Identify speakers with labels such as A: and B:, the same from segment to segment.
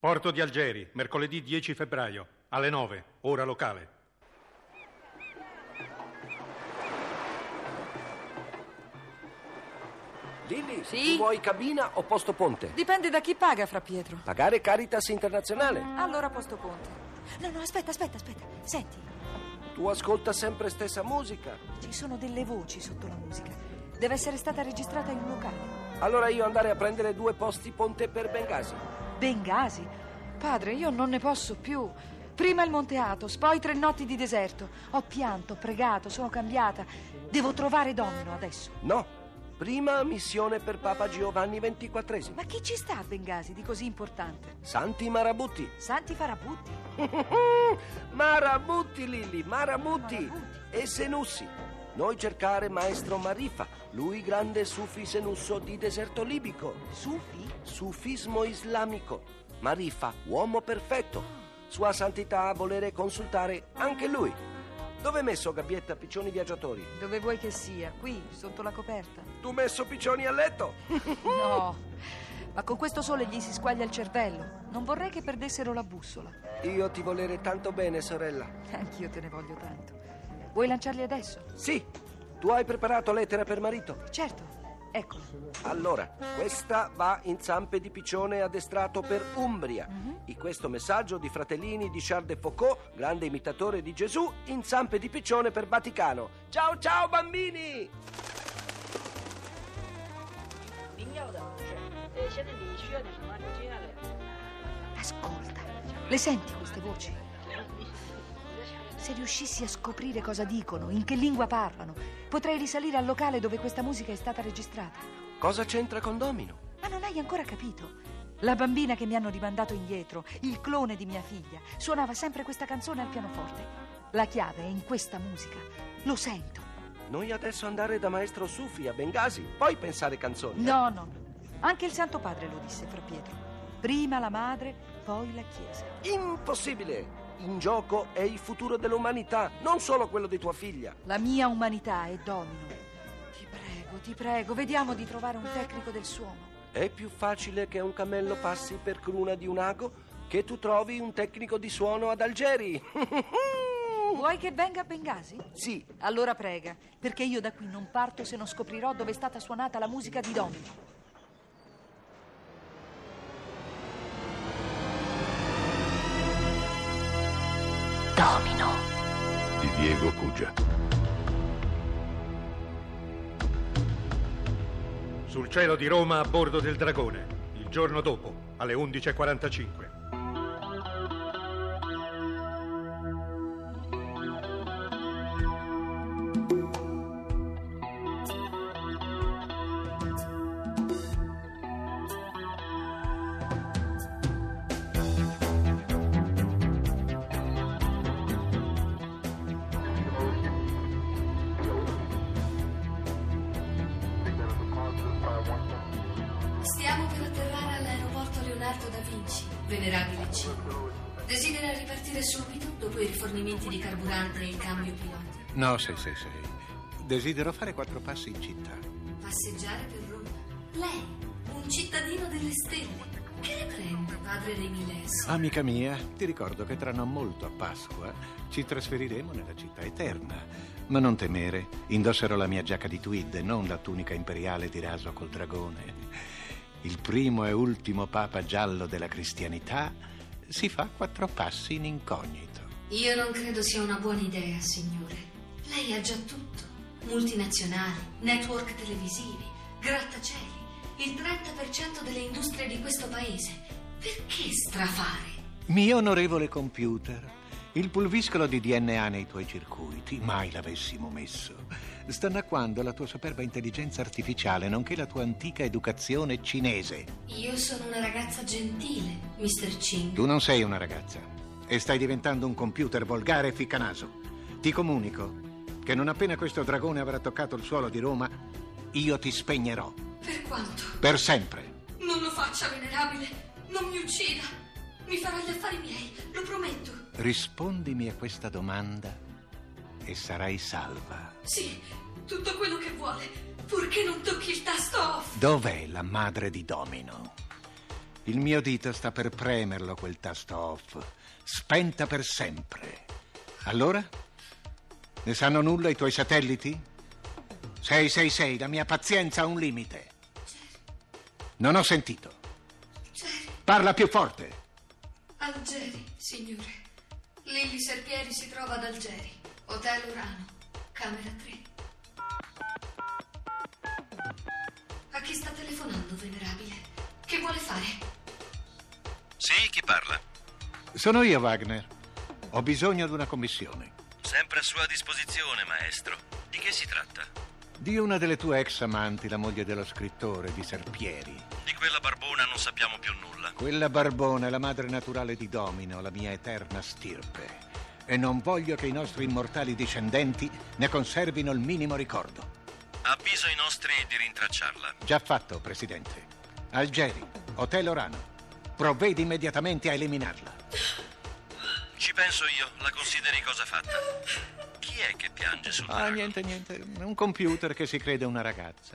A: Porto di Algeri, mercoledì 10 febbraio, alle 9, ora locale.
B: Lilli,
C: Sì?
B: tu vuoi cabina o posto ponte?
C: Dipende da chi paga, fra Pietro.
B: Pagare Caritas Internazionale.
C: Allora posto ponte.
D: No, aspetta. Senti,
B: Tu ascolta sempre stessa musica.
D: ci sono delle voci sotto la musica. Deve essere stata registrata in un locale.
B: Allora io andare a prendere 2 posti ponte per Bengasi.
D: Bengasi?
C: Padre, io non ne posso più. Prima il Monte Athos, poi 3 notti di deserto.
D: Ho pianto, ho pregato, sono cambiata. Devo trovare Domino adesso.
B: No, prima missione per Papa Giovanni XXIV.
D: Ma chi ci sta a Bengasi di così importante?
B: Santi Marabutti.
D: Santi Farabutti?
B: Marabutti, Lilli, Marabutti. E Senussi. Noi cercare maestro Marifa, lui grande sufi senusso di deserto libico.
D: Sufi?
B: Sufismo islamico. Marifa, uomo perfetto. Sua santità volere consultare anche lui. Dove hai messo Gabbietta Piccioni Viaggiatori?
C: Dove vuoi che sia? Qui, sotto la coperta.
B: Tu messo Piccioni a letto?
C: No, ma con questo sole gli si squaglia il cervello. Non vorrei che perdessero la bussola.
B: Io ti volere tanto bene, sorella.
C: Anch'io te ne voglio tanto. Vuoi lanciarli adesso?
B: Sì, tu hai preparato lettera per marito?
C: Certo, eccola.
B: Allora, questa va in zampe di Piccione addestrato per Umbria. E questo messaggio di fratellini di Charles de Foucault, grande imitatore di Gesù, in zampe di Piccione per Vaticano. Ciao ciao bambini!
D: Ascolta, le senti queste voci? Se riuscissi a scoprire cosa dicono, in che lingua parlano, potrei risalire al locale dove questa musica è stata registrata.
B: Cosa c'entra con Domino?
D: Ma non hai ancora capito? La bambina che mi hanno rimandato indietro, il clone di mia figlia, suonava sempre questa canzone al pianoforte. La chiave è in questa musica. Lo sento.
B: Noi adesso andare da maestro Sufi a Bengasi, poi pensare canzoni.
D: No. Anche il Santo Padre lo disse, fra Pietro. Prima la madre, poi la Chiesa.
B: Impossibile! In gioco è il futuro dell'umanità, non solo quello di tua figlia.
D: La mia umanità è Domino. Ti prego, vediamo di trovare un tecnico del suono.
B: È più facile che un cammello passi per cruna di un ago che tu trovi un tecnico di suono ad Algeri.
D: Vuoi che venga a Bengasi?
B: Sì.
D: Allora prega, perché io da qui non parto se non scoprirò dove è stata suonata la musica di Domino. Domino
E: di Diego Cugia.
A: Sul cielo di Roma a bordo del Dragone, il giorno dopo, alle 11:45.
F: Stiamo per atterrare all'aeroporto Leonardo da Vinci, venerabile C. Desidera ripartire subito dopo i rifornimenti di carburante e il cambio piloti?
G: No, sì. Desidero fare 4 passi in città.
F: Passeggiare per Roma? Lei, un cittadino delle stelle. Che ne prende, padre Remiles?
G: Amica mia, ti ricordo che tra non molto a Pasqua ci trasferiremo nella città eterna. Ma non temere, indosserò la mia giacca di tweed e non la tunica imperiale di raso col dragone. Il primo e ultimo papa giallo della cristianità si fa 4 passi in incognito.
F: Io non credo sia una buona idea, signore. Lei ha già tutto. Multinazionali, network televisivi, grattacieli, il 30% delle industrie di questo paese. Perché strafare?
G: Mio onorevole computer, il pulviscolo di DNA nei tuoi circuiti, mai l'avessimo messo, sta annacquando la tua superba intelligenza artificiale, nonché la tua antica educazione cinese.
F: Io sono una ragazza gentile, Mr. Ching.
G: Tu non sei una ragazza e stai diventando un computer volgare e ficcanaso. Ti comunico che non appena questo dragone avrà toccato il suolo di Roma, io ti spegnerò.
F: Per quanto?
G: Per sempre.
F: Non lo faccia, venerabile. Non mi uccida. Mi farà gli affari miei, lo prometto.
G: Rispondimi a questa domanda e sarai salva.
F: Sì, tutto quello che vuole, purché non tocchi il tasto off.
G: Dov'è la madre di Domino? Il mio dito sta per premerlo quel tasto off. Spenta per sempre. Allora? Ne sanno nulla i tuoi satelliti? 666, la mia pazienza ha un limite. Non ho sentito. Parla più forte.
F: Algeri, signore. Lilli Serpieri si trova ad Algeri. Hotel Urano, camera 3. A chi sta telefonando, venerabile? Che vuole fare?
E: Sì, chi parla?
G: Sono io, Wagner. Ho bisogno di una commissione.
E: Sempre a sua disposizione, maestro. Di che si tratta?
G: Di una delle tue ex amanti, la moglie dello scrittore, di Serpieri.
E: Di quella barbona non sappiamo più nulla.
G: Quella barbona è la madre naturale di Domino, la mia eterna stirpe. E non voglio che i nostri immortali discendenti ne conservino il minimo ricordo.
E: Avviso i nostri di rintracciarla.
G: Già fatto, Presidente. Algeri, Hotel Orano. Provvedi immediatamente a eliminarla.
E: Ci penso io, la consideri cosa fatta. Chi è che piange sul drago?
G: Niente. Un computer che si crede una ragazza.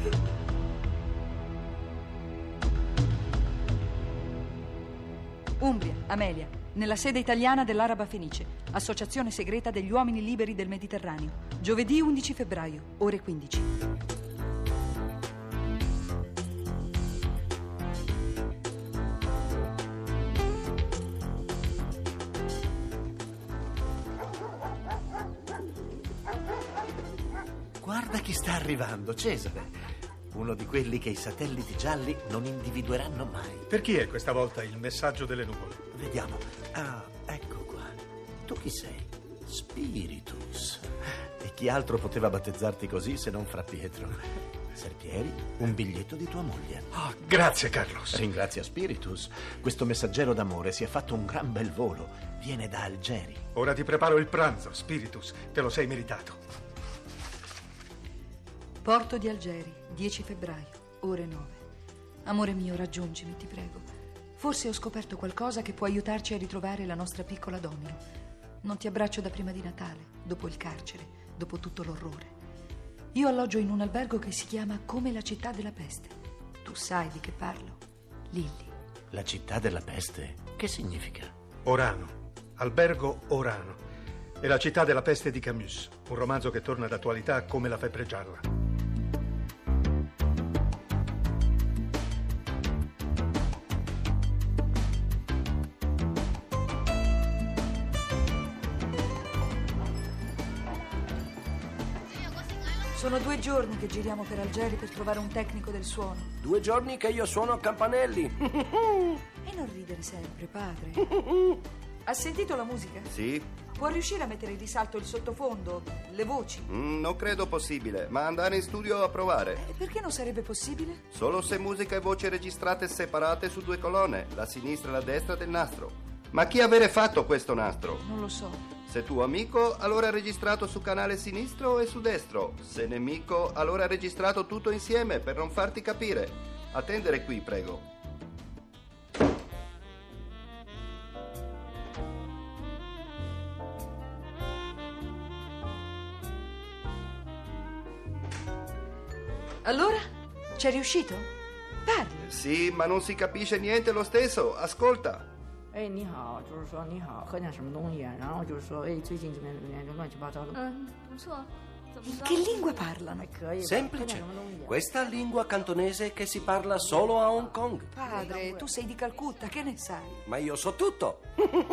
C: Umbria, Amelia, nella sede italiana dell'Araba Fenice, associazione segreta degli uomini liberi del Mediterraneo. Giovedì 11 febbraio, ore 15.
H: Guarda chi sta arrivando, Cesare. Uno di quelli che i satelliti gialli non individueranno mai.
A: Per chi è questa volta il messaggio delle nuvole?
H: Vediamo. Ah, ecco qua. Tu chi sei? Spiritus. E chi altro poteva battezzarti così se non Fra Pietro? Serpieri, un biglietto di tua moglie.
A: Oh, grazie, Carlos.
H: Ringrazia Spiritus. Questo messaggero d'amore si è fatto un gran bel volo. Viene da Algeri.
A: Ora ti preparo il pranzo, Spiritus. Te lo sei meritato.
C: Porto di Algeri, 10 febbraio, ore 9. Amore mio, raggiungimi, ti prego. Forse ho scoperto qualcosa che può aiutarci a ritrovare la nostra piccola Domino. Non ti abbraccio da prima di Natale, dopo il carcere, dopo tutto l'orrore. Io alloggio in un albergo che si chiama Come la città della peste. Tu sai di che parlo, Lilli.
H: La città della peste? Che significa?
A: Orano, albergo Orano. È la città della peste di Camus, un romanzo che torna d'attualità come la febbre gialla.
C: Sono 2 giorni che giriamo per Algeri per trovare un tecnico del suono.
B: 2 giorni che io suono a campanelli.
C: E non ridere sempre, padre. Ha sentito la musica?
I: Sì.
C: Può riuscire a mettere in risalto il sottofondo, le voci?
I: Non credo possibile, ma andare in studio a provare.
C: Perché non sarebbe possibile?
I: Solo se musica e voci registrate separate su 2 colonne, la sinistra e la destra del nastro. Ma chi avere fatto questo nastro?
C: Non lo so.
I: Se tuo amico, allora è registrato su canale sinistro e su destro. Se nemico, allora è registrato tutto insieme per non farti capire. Attendere qui, prego.
C: Allora? C'è riuscito? Parli.
I: Sì, ma non si capisce niente lo stesso. Ascolta.
J: 哎，你好，就是说你好，喝点什么东西？然后就是说，哎，最近怎么样？就乱七八糟的。
F: 不错。
C: In che lingua parlano?
J: 还可以。
B: Semplice. Questa lingua cantonese che si parla solo a Hong Kong.
C: Padre, tu sei di Calcutta, che ne sai?
B: Ma io so tutto.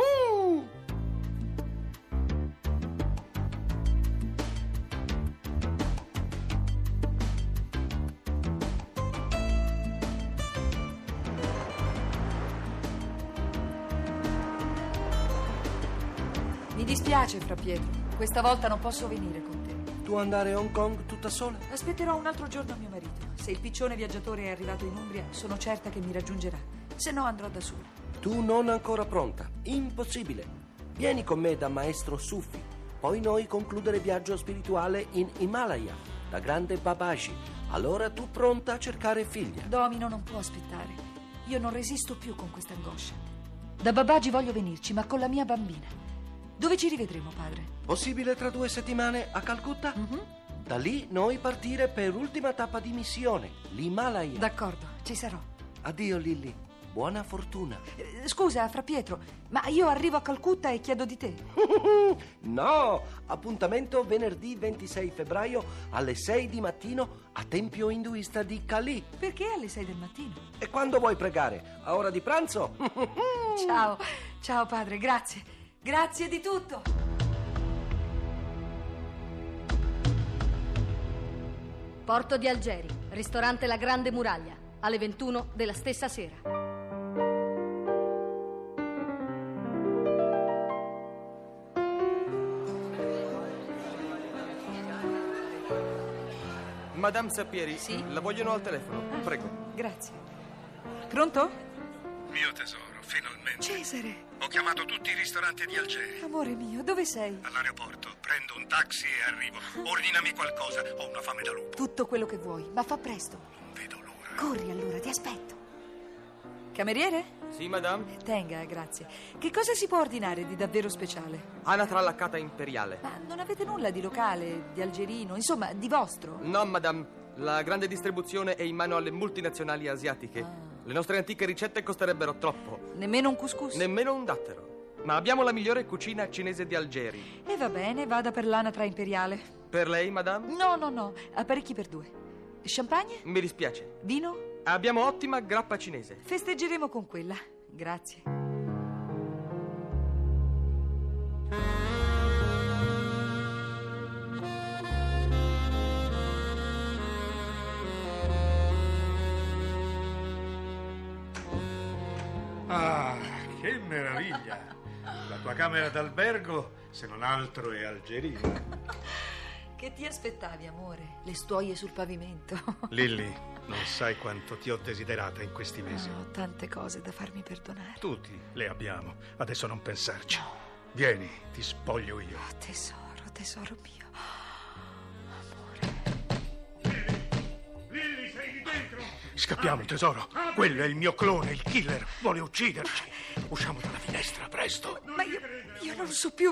C: Mi dispiace, Fra Pietro. Questa volta non posso venire con te.
B: Tu andare a Hong Kong tutta sola?
C: Aspetterò un altro giorno a mio marito. Se il piccione viaggiatore è arrivato in Umbria, sono certa che mi raggiungerà. Se no andrò da sola.
B: Tu non ancora pronta. Impossibile. Vieni con me da maestro Sufi. Poi noi concludere il viaggio spirituale in Himalaya, da grande Babaji. Allora tu pronta a cercare figlia.
C: Domino non può aspettare. Io non resisto più con questa angoscia. Da Babaji voglio venirci, ma con la mia bambina. Dove ci rivedremo, padre?
B: Possibile tra 2 settimane a Calcutta? Da lì noi partire per l'ultima tappa di missione, l'Himalaya.
C: D'accordo, ci sarò.
B: Addio, Lilli. Buona fortuna.
C: Scusa, Fra Pietro, ma io arrivo a Calcutta e chiedo di te.
B: No, appuntamento venerdì 26 febbraio alle 6 di mattino a Tempio Induista di Cali.
C: Perché alle 6 del mattino?
B: E quando vuoi pregare? A ora di pranzo?
C: Ciao padre, grazie. Grazie di tutto.
F: Porto di Algeri, ristorante La Grande Muraglia, alle 21 della stessa sera.
K: Madame Serpieri?
C: Sì?
K: La vogliono al telefono, prego.
C: Grazie. Pronto?
A: Mio tesoro, finalmente.
C: Cesare,
A: Ho chiamato tutti i ristoranti di Algeri.
C: amore mio, dove sei?
A: All'aeroporto. Prendo un taxi e arrivo. Ordinami qualcosa. Ho una fame da lupo.
C: Tutto quello che vuoi, ma fa presto.
A: Non vedo l'ora.
C: Corri allora, ti aspetto. Cameriere?
K: Sì, madame?
C: Tenga, grazie. Che cosa si può ordinare di davvero speciale?
K: Anatra laccata imperiale.
C: Ma non avete nulla di locale, di algerino, insomma, di vostro?
K: No, madame. La grande distribuzione è in mano alle multinazionali asiatiche. Le nostre antiche ricette costerebbero troppo.
C: Nemmeno un couscous?
K: Nemmeno un dattero. Ma abbiamo la migliore cucina cinese di Algeri.
C: E va bene, vada per l'anatra imperiale.
K: Per lei, madame?
C: No, apparecchi per 2. Champagne?
K: Mi dispiace.
C: Vino?
K: Abbiamo ottima grappa cinese.
C: Festeggeremo con quella. Grazie.
A: Ah, che meraviglia! La tua camera d'albergo, se non altro, è algerina.
C: Che ti aspettavi, amore? Le stuoie sul pavimento.
A: Lilli, non sai quanto ti ho desiderata in questi mesi.
C: Ho tante cose da farmi perdonare.
A: Tutti le abbiamo. Adesso non pensarci. Vieni, ti spoglio io.
C: Oh, tesoro mio.
A: Lilli, sei lì dentro? Scappiamo, tesoro. Quello è il mio clone, il killer. Vuole ucciderci. Usciamo dalla finestra, presto.
C: Ma io non so più.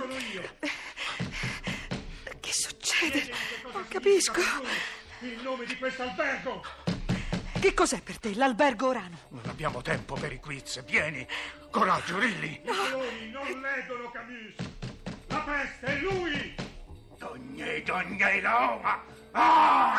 C: Che succede? Non capisco.
A: Il nome di questo albergo.
C: Che cos'è per te l'albergo Orano?
A: Non abbiamo tempo per i quiz. Vieni. Coraggio, Lilli. I colori non leggono Camus. La peste è lui. Dogne Roma. Ah!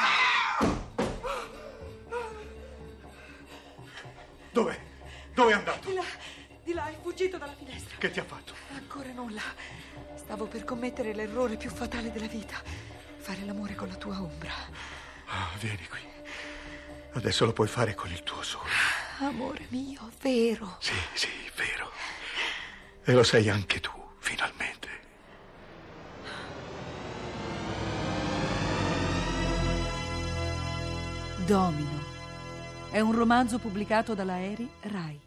A: Dove è andato?
C: Di là, è fuggito dalla finestra.
A: Che ti ha fatto?
C: Ancora nulla. Stavo per commettere l'errore più fatale della vita. Fare l'amore con la tua ombra.
A: Ah, vieni qui. Adesso lo puoi fare con il tuo sole.
C: Amore mio, vero?
A: Sì, vero. E lo sei anche tu, finalmente.
C: Domino. È un romanzo pubblicato dalla Eri Rai.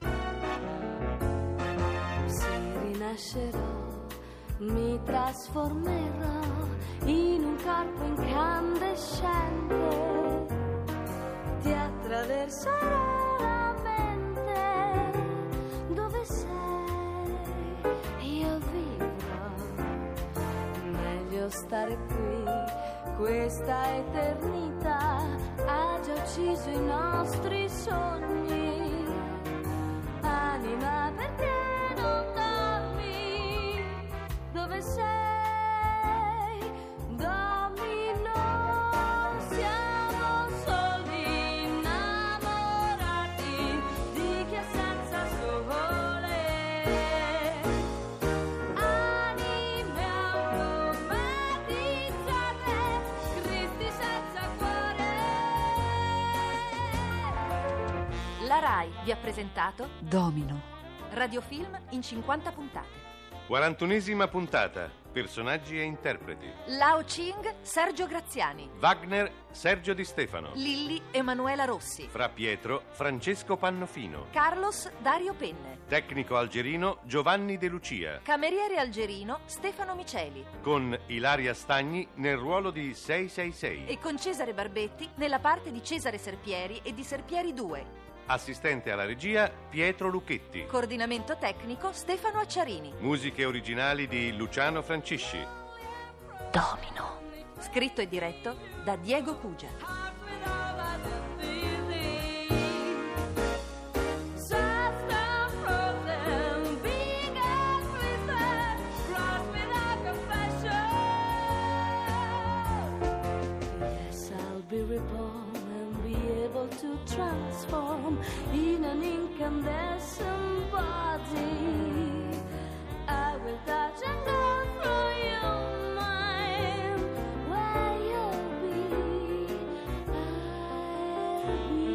L: Se rinascerò, mi trasformerò in un corpo incandescente. Ti attraverserò la mente. Dove sei? Io vivrò. Meglio stare qui. Questa eternità ha già ucciso i nostri sogni. Anima, perché non dormi? Dove sei? Domino, siamo soli innamorati di chi è senza sole. Anime automatizzate, Cristi senza cuore.
F: La Rai vi ha presentato
C: Domino.
F: radiofilm in 50 puntate.
M: 41esima puntata. Personaggi e interpreti.
F: Lao Ching, Sergio Graziani.
M: Wagner, Sergio Di Stefano.
F: Lilli, Emanuela Rossi.
M: Fra Pietro, Francesco Pannofino.
F: Carlos, Dario Penne.
M: Tecnico algerino, Giovanni De Lucia.
F: Cameriere algerino, Stefano Miceli.
M: Con Ilaria Stagni nel ruolo di 666.
F: E con Cesare Barbetti nella parte di Cesare Serpieri e di Serpieri 2.
M: Assistente alla regia, Pietro Lucchetti.
F: Coordinamento tecnico, Stefano Acciarini.
M: Musiche originali di Luciano Francisci.
F: Domino. Scritto e diretto da Diego Cugia.
L: transform in an incandescent body. I will touch and go through your mind where you'll be. I'll be